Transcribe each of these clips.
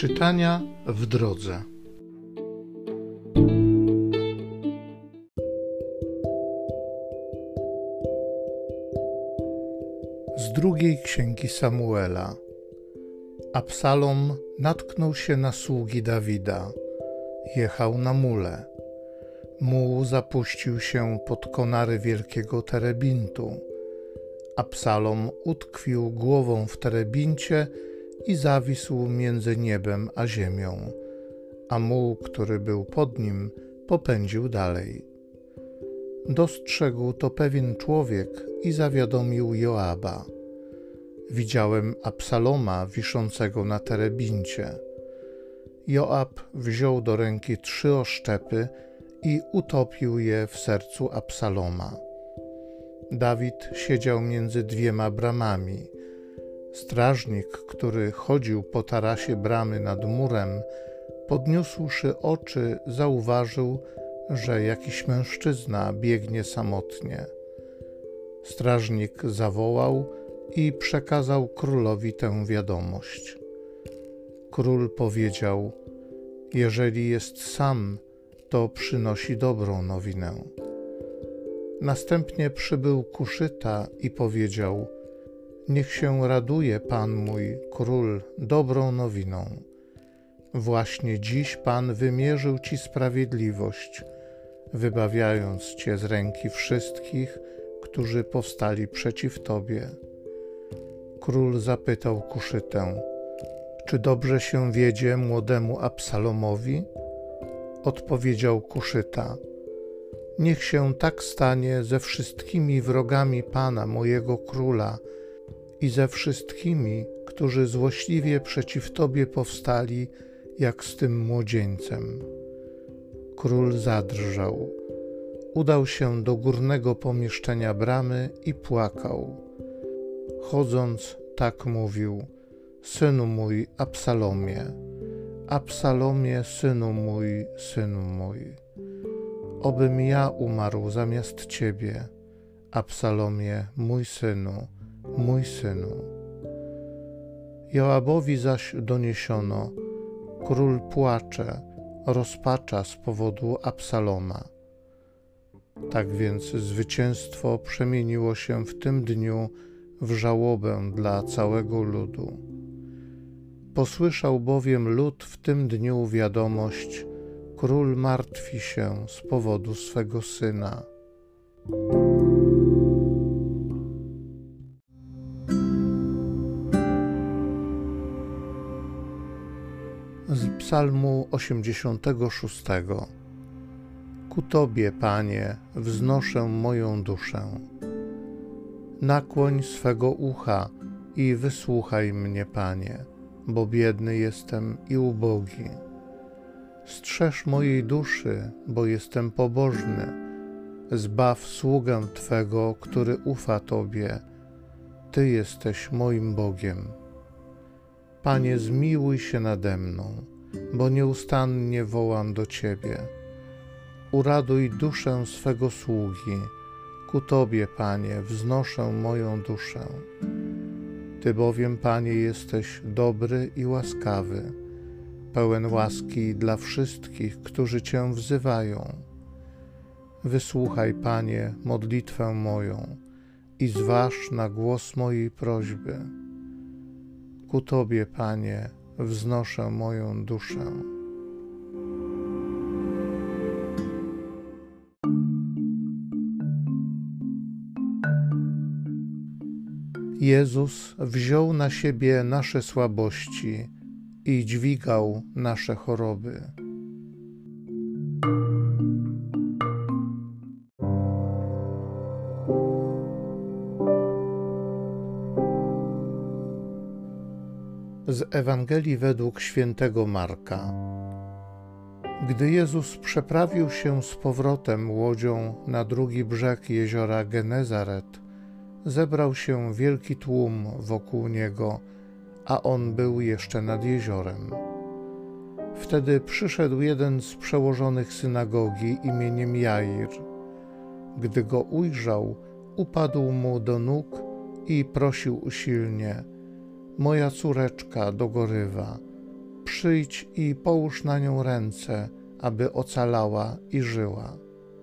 Czytania w drodze. Z drugiej księgi Samuela. Absalom natknął się na sługi Dawida. Jechał na mule. Muł zapuścił się pod konary wielkiego terebintu. Absalom utkwił głową w terebincie i zawisł między niebem a ziemią, a muł, który był pod nim, popędził dalej. Dostrzegł to pewien człowiek i zawiadomił Joaba. Widziałem Absaloma wiszącego na terebincie. Joab wziął do ręki 3 oszczepy i utopił je w sercu Absaloma. Dawid siedział między 2 bramami. Strażnik, który chodził po tarasie bramy nad murem, podniósłszy oczy, zauważył, że jakiś mężczyzna biegnie samotnie. Strażnik zawołał i przekazał królowi tę wiadomość. Król powiedział: jeżeli jest sam, to przynosi dobrą nowinę. Następnie przybył Kuszyta i powiedział: niech się raduje Pan mój, król, dobrą nowiną. Właśnie dziś Pan wymierzył Ci sprawiedliwość, wybawiając Cię z ręki wszystkich, którzy powstali przeciw Tobie. Król zapytał Kuszytę: czy dobrze się wiedzie młodemu Absalomowi? Odpowiedział Kuszyta: niech się tak stanie ze wszystkimi wrogami Pana mojego króla i ze wszystkimi, którzy złośliwie przeciw Tobie powstali, jak z tym młodzieńcem. Król zadrżał. Udał się do górnego pomieszczenia bramy i płakał. Chodząc, tak mówił: synu mój, Absalomie, Absalomie, synu mój, synu mój. Obym ja umarł zamiast Ciebie, Absalomie, mój synu, mój synu. Joabowi zaś doniesiono: król płacze, rozpacza z powodu Absaloma. Tak więc zwycięstwo przemieniło się w tym dniu w żałobę dla całego ludu. Posłyszał bowiem lud w tym dniu wiadomość: król martwi się z powodu swego syna. Z Psalmu 86. Ku Tobie, Panie, wznoszę moją duszę. Nakłoń swego ucha i wysłuchaj mnie, Panie, bo biedny jestem i ubogi. Strzeż mojej duszy, bo jestem pobożny. Zbaw sługę Twego, który ufa Tobie. Ty jesteś moim Bogiem. Panie, zmiłuj się nade mną, bo nieustannie wołam do Ciebie. Uraduj duszę swego sługi. Ku Tobie, Panie, wznoszę moją duszę. Ty bowiem, Panie, jesteś dobry i łaskawy, pełen łaski dla wszystkich, którzy Cię wzywają. Wysłuchaj, Panie, modlitwę moją i zważ na głos mojej prośby. Ku Tobie, Panie, wznoszę moją duszę. Jezus wziął na siebie nasze słabości i dźwigał nasze choroby. Z Ewangelii według świętego Marka. Gdy Jezus przeprawił się z powrotem łodzią na drugi brzeg jeziora Genezaret, zebrał się wielki tłum wokół Niego, a On był jeszcze nad jeziorem. Wtedy przyszedł jeden z przełożonych synagogi imieniem Jair. Gdy go ujrzał, upadł mu do nóg i prosił usilnie: moja córeczka dogorywa. Przyjdź i połóż na nią ręce, aby ocalała i żyła.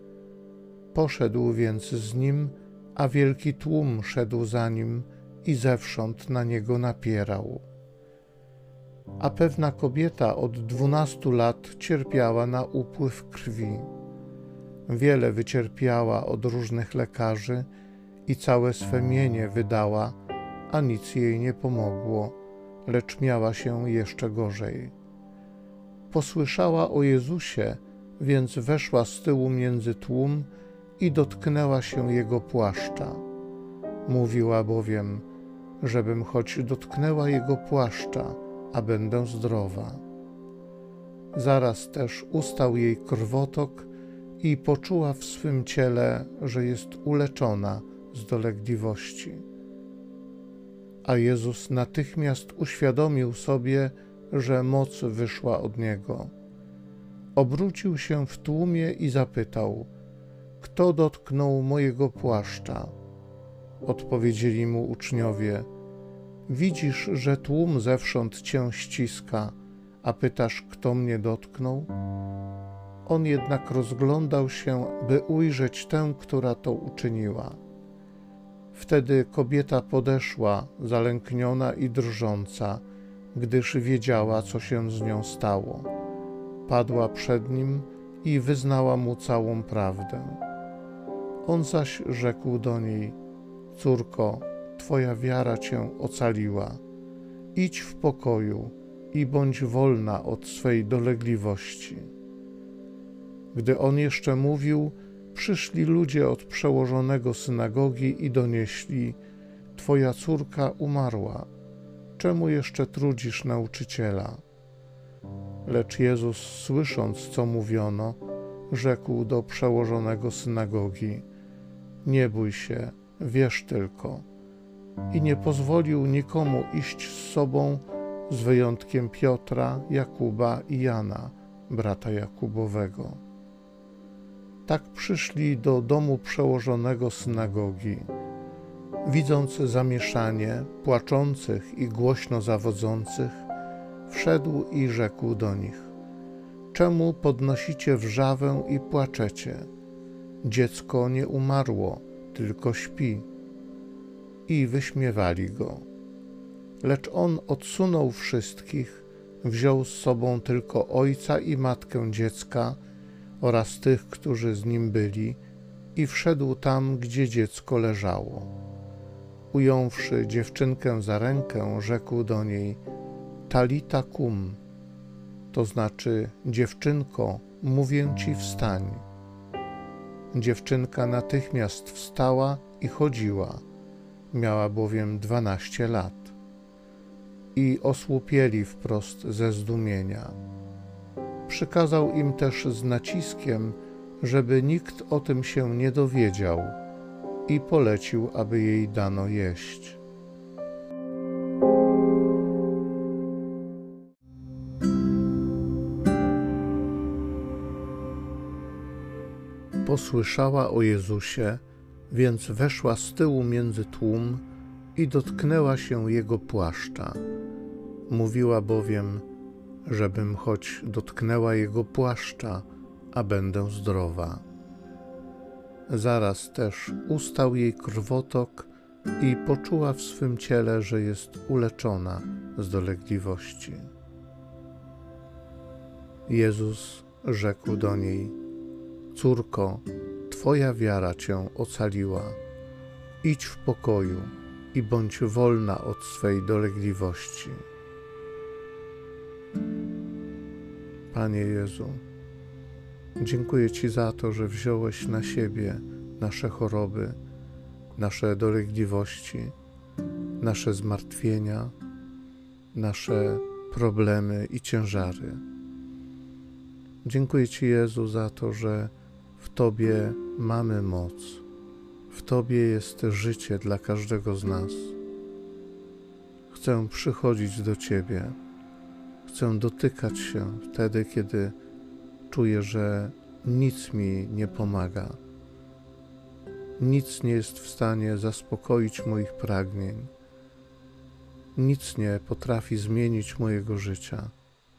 Poszedł więc z nim, a wielki tłum szedł za nim i zewsząd na niego napierał. A pewna kobieta od 12 lat cierpiała na upływ krwi. Wiele wycierpiała od różnych lekarzy i całe swe mienie wydała, a nic jej nie pomogło, lecz miała się jeszcze gorzej. Posłyszała o Jezusie, więc weszła z tyłu między tłum i dotknęła się Jego płaszcza. Mówiła bowiem, żebym choć dotknęła Jego płaszcza, a będę zdrowa. Zaraz też ustał jej krwotok i poczuła w swym ciele, że jest uleczona z dolegliwości. A Jezus natychmiast uświadomił sobie, że moc wyszła od Niego. Obrócił się w tłumie i zapytał: kto dotknął mojego płaszcza? Odpowiedzieli mu uczniowie: widzisz, że tłum zewsząd cię ściska, a pytasz, kto mnie dotknął? On jednak rozglądał się, by ujrzeć tę, która to uczyniła. Wtedy kobieta podeszła, zalękniona i drżąca, gdyż wiedziała, co się z nią stało. Padła przed nim i wyznała mu całą prawdę. On zaś rzekł do niej: córko, twoja wiara cię ocaliła. Idź w pokoju i bądź wolna od swej dolegliwości. Gdy on jeszcze mówił, przyszli ludzie od przełożonego synagogi i donieśli: twoja córka umarła. Czemu jeszcze trudzisz nauczyciela? Lecz Jezus, słysząc, co mówiono, rzekł do przełożonego synagogi: nie bój się, wierz tylko. I nie pozwolił nikomu iść z sobą, z wyjątkiem Piotra, Jakuba i Jana, brata Jakubowego. Tak przyszli do domu przełożonego synagogi. Widząc zamieszanie, płaczących i głośno zawodzących, wszedł i rzekł do nich: czemu podnosicie wrzawę i płaczecie? Dziecko nie umarło, tylko śpi. I wyśmiewali go. Lecz on odsunął wszystkich, wziął z sobą tylko ojca i matkę dziecka oraz tych, którzy z nim byli, i wszedł tam, gdzie dziecko leżało. Ująwszy dziewczynkę za rękę, rzekł do niej: Talita kum, to znaczy: dziewczynko, mówię ci, wstań. Dziewczynka natychmiast wstała i chodziła, miała bowiem 12 lat. I osłupieli wprost ze zdumienia. Przykazał im też z naciskiem, żeby nikt o tym się nie dowiedział, i polecił, aby jej dano jeść. Posłyszała o Jezusie, więc weszła z tyłu między tłum i dotknęła się Jego płaszcza. Mówiła bowiem, żebym choć dotknęła Jego płaszcza, a będę zdrowa. Zaraz też ustał jej krwotok i poczuła w swym ciele, że jest uleczona z dolegliwości. Jezus rzekł do niej: Córko, twoja wiara cię ocaliła. Idź w pokoju i bądź wolna od swej dolegliwości. Panie Jezu, dziękuję Ci za to, że wziąłeś na siebie nasze choroby, nasze dolegliwości, nasze zmartwienia, nasze problemy i ciężary. Dziękuję Ci, Jezu, za to, że w Tobie mamy moc. W Tobie jest życie dla każdego z nas. Chcę przychodzić do Ciebie. Chcę dotykać się wtedy, kiedy czuję, że nic mi nie pomaga. Nic nie jest w stanie zaspokoić moich pragnień. Nic nie potrafi zmienić mojego życia.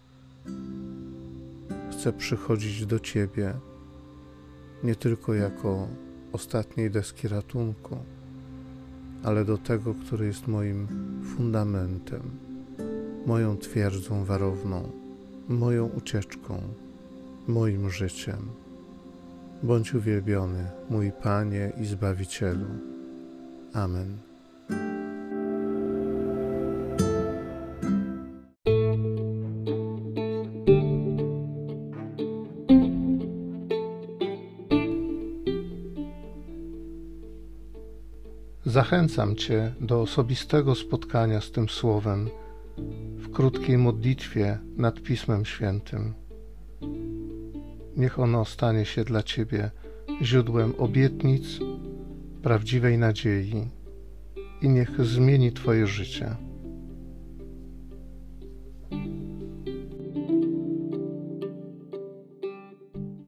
Chcę przychodzić do Ciebie nie tylko jako ostatniej deski ratunku, ale do tego, który jest moim fundamentem, moją twierdzą warowną, moją ucieczką, moim życiem. Bądź uwielbiony, mój Panie i Zbawicielu. Amen. Zachęcam Cię do osobistego spotkania z tym Słowem w krótkiej modlitwie nad Pismem Świętym. Niech ono stanie się dla Ciebie źródłem obietnic, prawdziwej nadziei i niech zmieni Twoje życie.